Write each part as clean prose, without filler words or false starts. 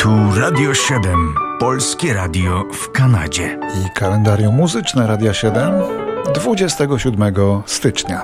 Tu Radio 7, Polskie Radio w Kanadzie. I kalendarium muzyczne Radia 7 27 stycznia.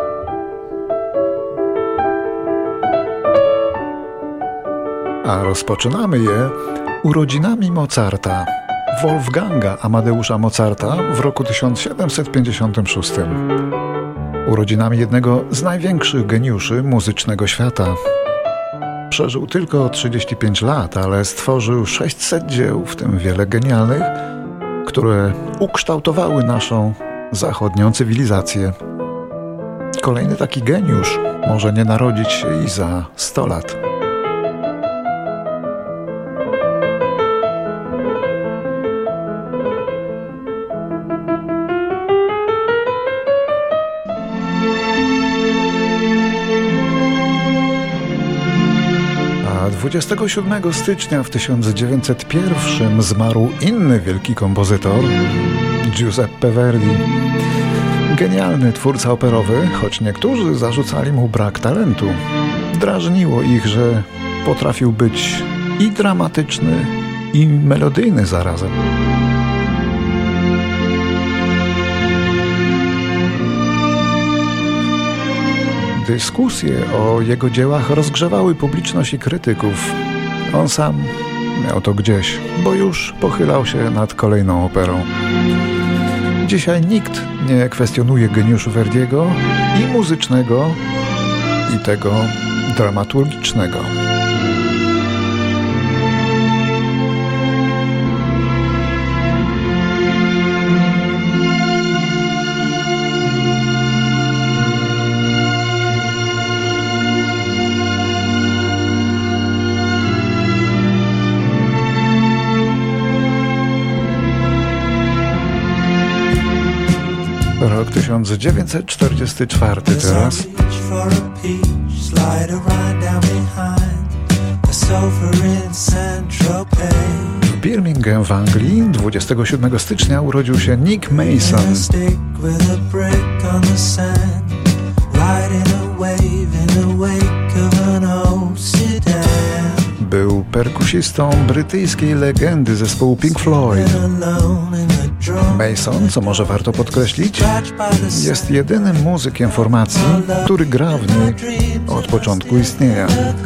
A rozpoczynamy je urodzinami Mozarta, Wolfganga Amadeusza Mozarta w roku 1756. Urodzinami jednego z największych geniuszy muzycznego świata. Przeżył tylko 35 lat, ale stworzył 600 dzieł, w tym wiele genialnych, które ukształtowały naszą zachodnią cywilizację. Kolejny taki geniusz może nie narodzić się i za 100 lat. A 27 stycznia w 1901 zmarł inny wielki kompozytor, Giuseppe Verdi. Genialny twórca operowy, choć niektórzy zarzucali mu brak talentu. Drażniło ich, że potrafił być i dramatyczny, i melodyjny zarazem. Dyskusje o jego dziełach rozgrzewały publiczność i krytyków. On sam miał to gdzieś, bo już pochylał się nad kolejną operą. Dzisiaj nikt nie kwestionuje geniuszu Verdiego i muzycznego, i tego dramaturgicznego. Rok 1944 teraz. W Birmingham w Anglii 27 stycznia urodził się Nick Mason. Był perkusistą brytyjskiej legendy zespołu Pink Floyd. Mason, co może warto podkreślić, jest jedynym muzykiem formacji, który gra w niej od początku istnienia.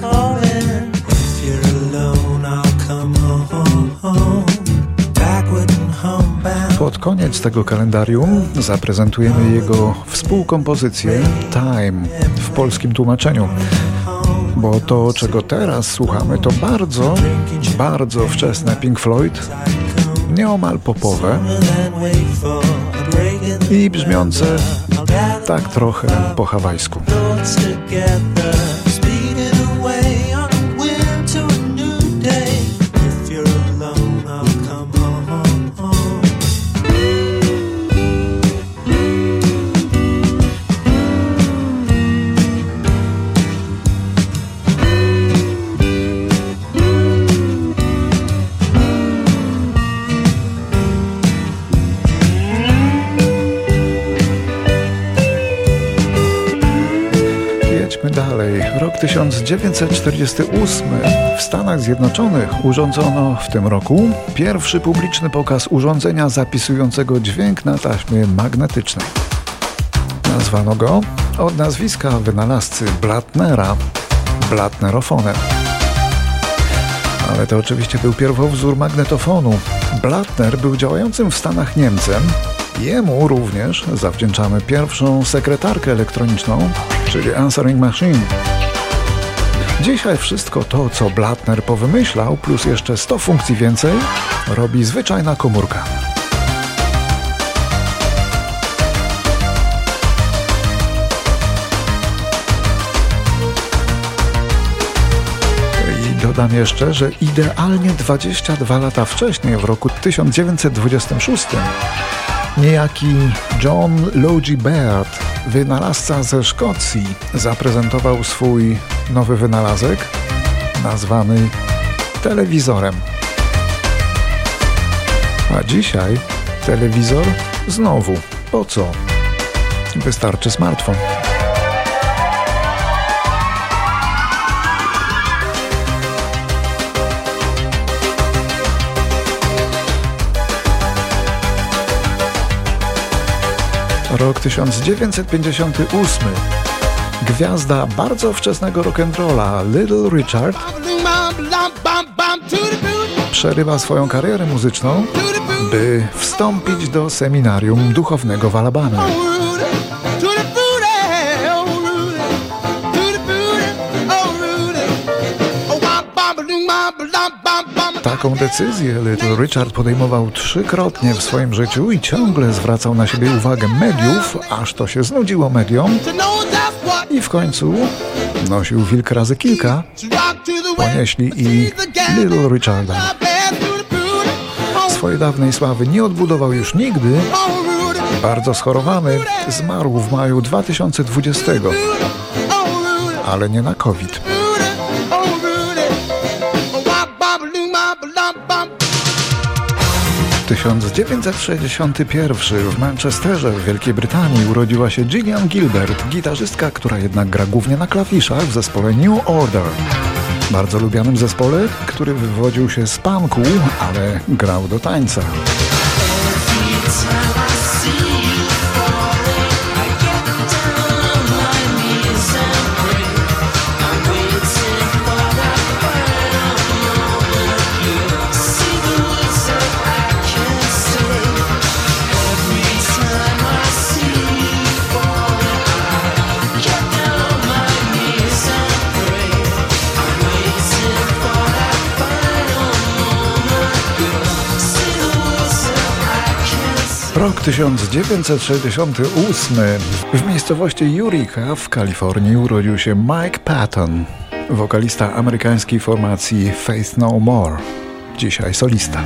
Pod koniec tego kalendarium zaprezentujemy jego współkompozycję Time w polskim tłumaczeniu. Bo to, czego teraz słuchamy, to bardzo, bardzo wczesne Pink Floyd, nieomal popowe i brzmiące tak trochę po hawajsku. Dalej. Rok 1948. W Stanach Zjednoczonych urządzono w tym roku pierwszy publiczny pokaz urządzenia zapisującego dźwięk na taśmie magnetycznej. Nazwano go od nazwiska wynalazcy Blattnera Blattnerofonem. Ale to oczywiście był pierwowzór magnetofonu. Blattner był działającym w Stanach Niemcem. Jemu również zawdzięczamy pierwszą sekretarkę elektroniczną, czyli Answering Machine. Dzisiaj wszystko to, co Blattner powymyślał, plus jeszcze 100 funkcji więcej, robi zwyczajna komórka. I dodam jeszcze, że idealnie 22 lata wcześniej, w roku 1926, niejaki John Logie Baird, wynalazca ze Szkocji, zaprezentował swój nowy wynalazek nazwany telewizorem. A dzisiaj telewizor znowu. Po co? Wystarczy smartfon. Rok 1958. Gwiazda bardzo wczesnego rock'n'rolla Little Richard przerywa swoją karierę muzyczną, by wstąpić do seminarium duchownego w Alabamie. Taką decyzję Little Richard podejmował 3-krotnie w swoim życiu i ciągle zwracał na siebie uwagę mediów, aż to się znudziło mediom i w końcu nosił wilk razy kilka, ponieśli i Little Richarda. Swojej dawnej sławy nie odbudował już nigdy. Bardzo schorowany, zmarł w maju 2020, ale nie na COVID. W 1961 w Manchesterze w Wielkiej Brytanii urodziła się Gillian Gilbert, gitarzystka, która jednak gra głównie na klawiszach w zespole New Order. Bardzo lubianym zespole, który wywodził się z punku, ale grał do tańca. Rok 1968. W miejscowości Eureka w Kalifornii urodził się Mike Patton, wokalista amerykańskiej formacji Faith No More, dzisiaj solista.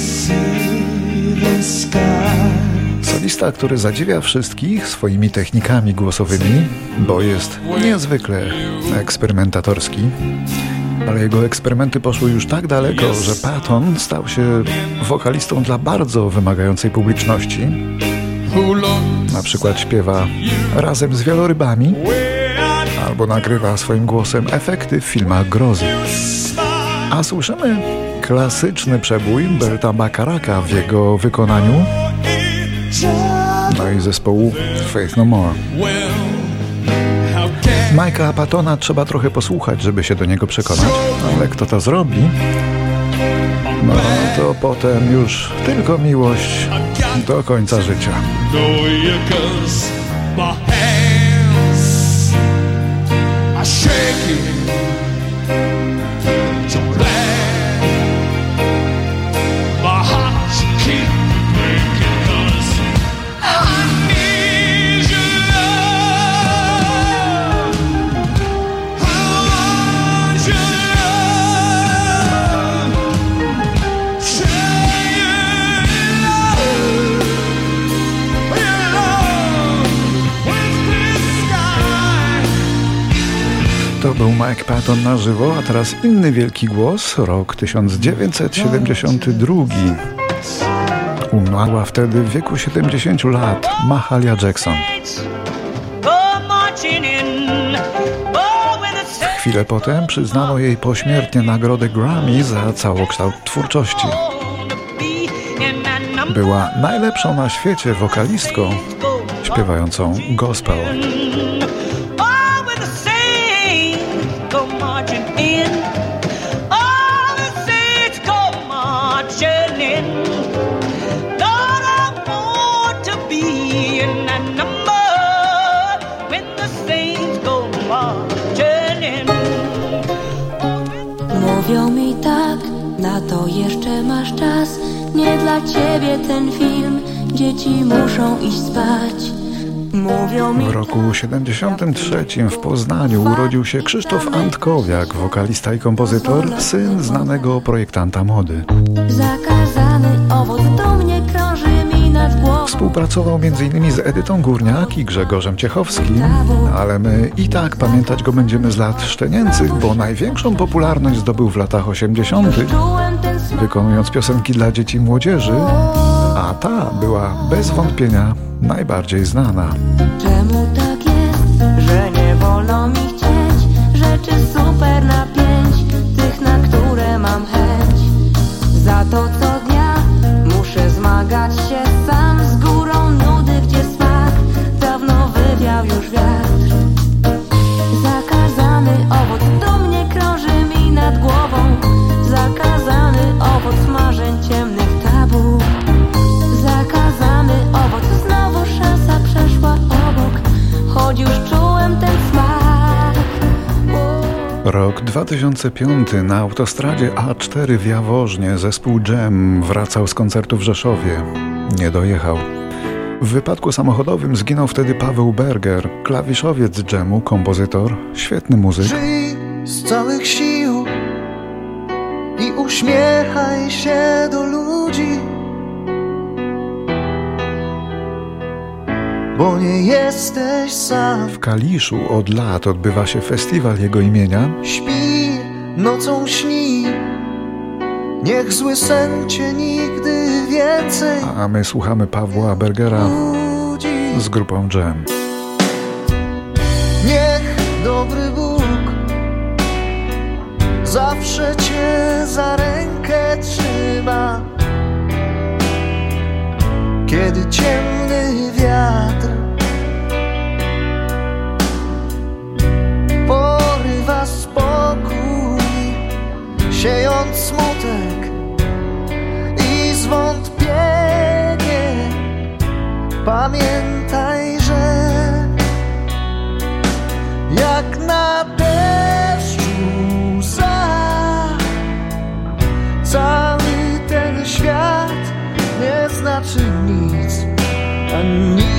Solista, który zadziwia wszystkich swoimi technikami głosowymi, bo jest niezwykle eksperymentatorski. Ale jego eksperymenty poszły już tak daleko, że Patton stał się wokalistą dla bardzo wymagającej publiczności. Na przykład śpiewa razem z wielorybami albo nagrywa swoim głosem efekty w filmach grozy. A słyszymy klasyczny przebój Berta Bacharacka w jego wykonaniu, no i zespołu Faith No More. Mike'a Pattona trzeba trochę posłuchać, żeby się do niego przekonać, ale kto to zrobi, no to potem już tylko miłość do końca życia. To był Mike Patton na żywo, a teraz inny wielki głos, rok 1972. Umarła wtedy w wieku 70 lat Mahalia Jackson. Chwilę potem przyznano jej pośmiertnie nagrodę Grammy za całokształt twórczości. Była najlepszą na świecie wokalistką śpiewającą gospel. Mówią mi tak, na to jeszcze masz czas. Nie dla ciebie ten film, dzieci muszą iść spać. Mówią mi w roku 73 w Poznaniu urodził się Krzysztof Antkowiak, wokalista i kompozytor, syn znanego projektanta mody. Zakazany owoc do mnie krąży mi nad głową. Współpracował m.in. z Edytą Górniak i Grzegorzem Ciechowskim, ale my i tak pamiętać go będziemy z lat szczenięcych, bo największą popularność zdobył w latach 80., wykonując piosenki dla dzieci i młodzieży, a ta była bez wątpienia najbardziej znana. Czemu tak jest, że nie wolno mi chcieć rzeczy super na 5, tych, na które mam chęć? Za to co dnia muszę zmagać się sam z górą nudy, gdzie smak wiatr. Zakazany owoc dumnie krąży mi nad głową. Zakazany owoc marzeń ciemnych tabu. Zakazany owoc, znowu szansa przeszła obok. Choć już czułem ten smak. Rok 2005. Na autostradzie A4 w Jaworznie zespół Dżem wracał z koncertu w Rzeszowie. Nie dojechał. W wypadku samochodowym zginął wtedy Paweł Berger, klawiszowiec Dżemu, kompozytor, świetny muzyk. Żyj z całych sił i uśmiechaj się do ludzi, bo nie jesteś sam. W Kaliszu od lat odbywa się festiwal jego imienia. Śpi, nocą śni, niech zły sen cię nigdy więcej A my słuchamy Pawła Bergera budzi. z grupą Dżem. Niech dobry Bóg zawsze cię za rękę trzyma, kiedy ciemny wiatr porywa spokój, siejąc smutek i zwątpienie. Pamiętaj, że jak na deszczu łza, cały ten świat nie znaczy nic, a nic.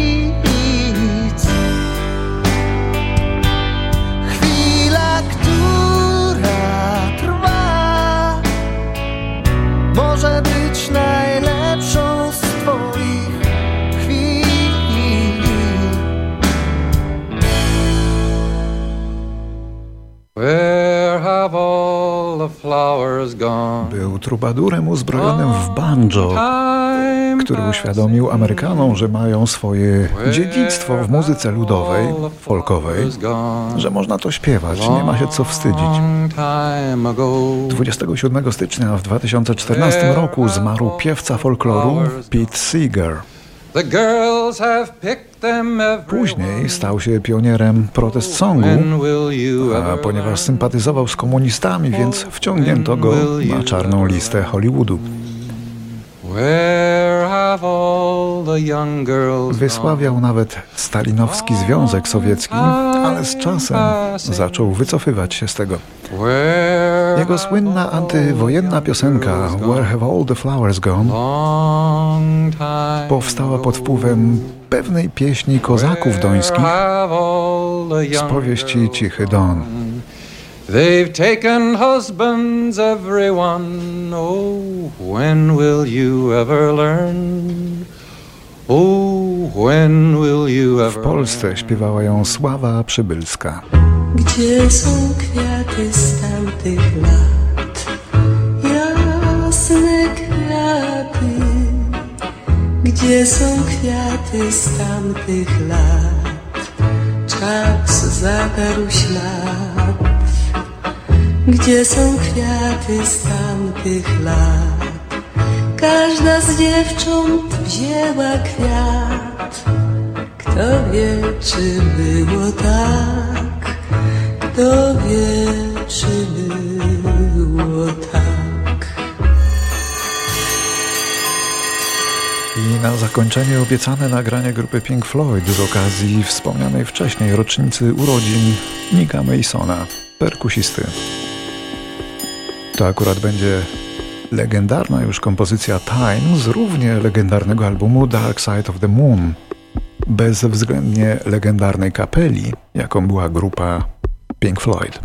Chwila, która trwa, może być najlepszą z twoich chwil. Where have all the flowers gone? Był trubadurem uzbrojonym w banjo, który uświadomił Amerykanom, że mają swoje dziedzictwo w muzyce ludowej, folkowej, że można to śpiewać, nie ma się co wstydzić. 27 stycznia w 2014 roku zmarł piewca folkloru Pete Seeger. Później stał się pionierem protest songu, a ponieważ sympatyzował z komunistami, więc wciągnięto go na czarną listę Hollywoodu. Wysławiał nawet stalinowski Związek Sowiecki, ale z czasem zaczął wycofywać się z tego. Jego słynna antywojenna piosenka Where Have All the Flowers Gone powstała pod wpływem pewnej pieśni kozaków dońskich z powieści Cichy Don. They've taken husbands, everyone. Oh, when will you ever learn? Oh, when will you ever W Polsce śpiewała ją Sława Przybylska. Gdzie są kwiaty z tamtych lat? Jasne kwiaty. Gdzie są kwiaty z tamtych lat? Czas zatarł ślad. Gdzie są kwiaty z tamtych lat? Każda z dziewcząt wzięła kwiat. Kto wie, czy było tak? Kto wie, czy było tak? I na zakończenie obiecane nagranie grupy Pink Floyd z okazji wspomnianej wcześniej rocznicy urodzin Nicka Masona, perkusisty. To akurat będzie legendarna już kompozycja Time z równie legendarnego albumu Dark Side of the Moon, bezwzględnie legendarnej kapeli, jaką była grupa Pink Floyd.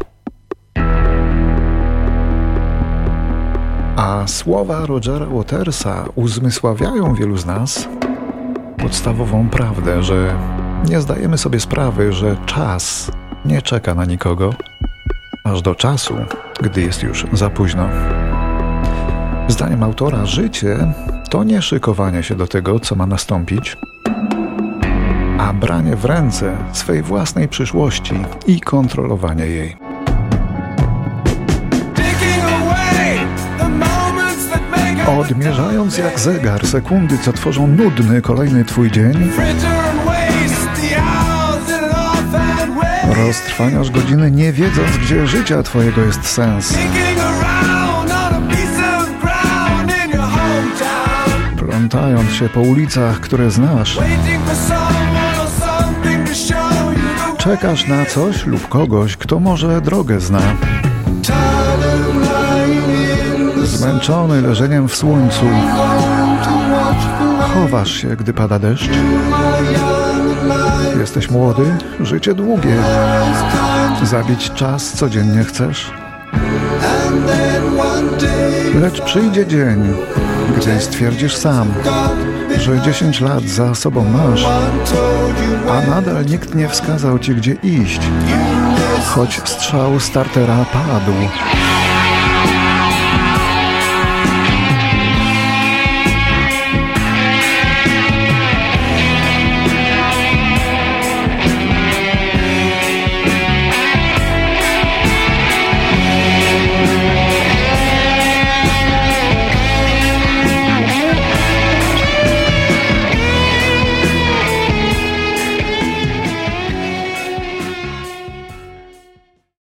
A słowa Rogera Watersa uzmysławiają wielu z nas podstawową prawdę, że nie zdajemy sobie sprawy, że czas nie czeka na nikogo, aż do czasu, gdy jest już za późno. Zdaniem autora, życie to nie szykowanie się do tego, co ma nastąpić, a branie w ręce swej własnej przyszłości i kontrolowanie jej. Odmierzając jak zegar sekundy, co tworzą nudny kolejny twój dzień, Roztrwaniasz godziny, nie wiedząc, gdzie życia twojego jest sens. Plątając się po ulicach, które znasz. Czekasz na coś lub kogoś, kto może drogę zna. Zmęczony leżeniem w słońcu, chowasz się, gdy pada deszcz. Jesteś młody, życie długie. Zabić czas codziennie chcesz. Lecz przyjdzie dzień, gdy stwierdzisz sam, że 10 lat za sobą masz, a nadal nikt nie wskazał ci, gdzie iść, choć strzał startera padł.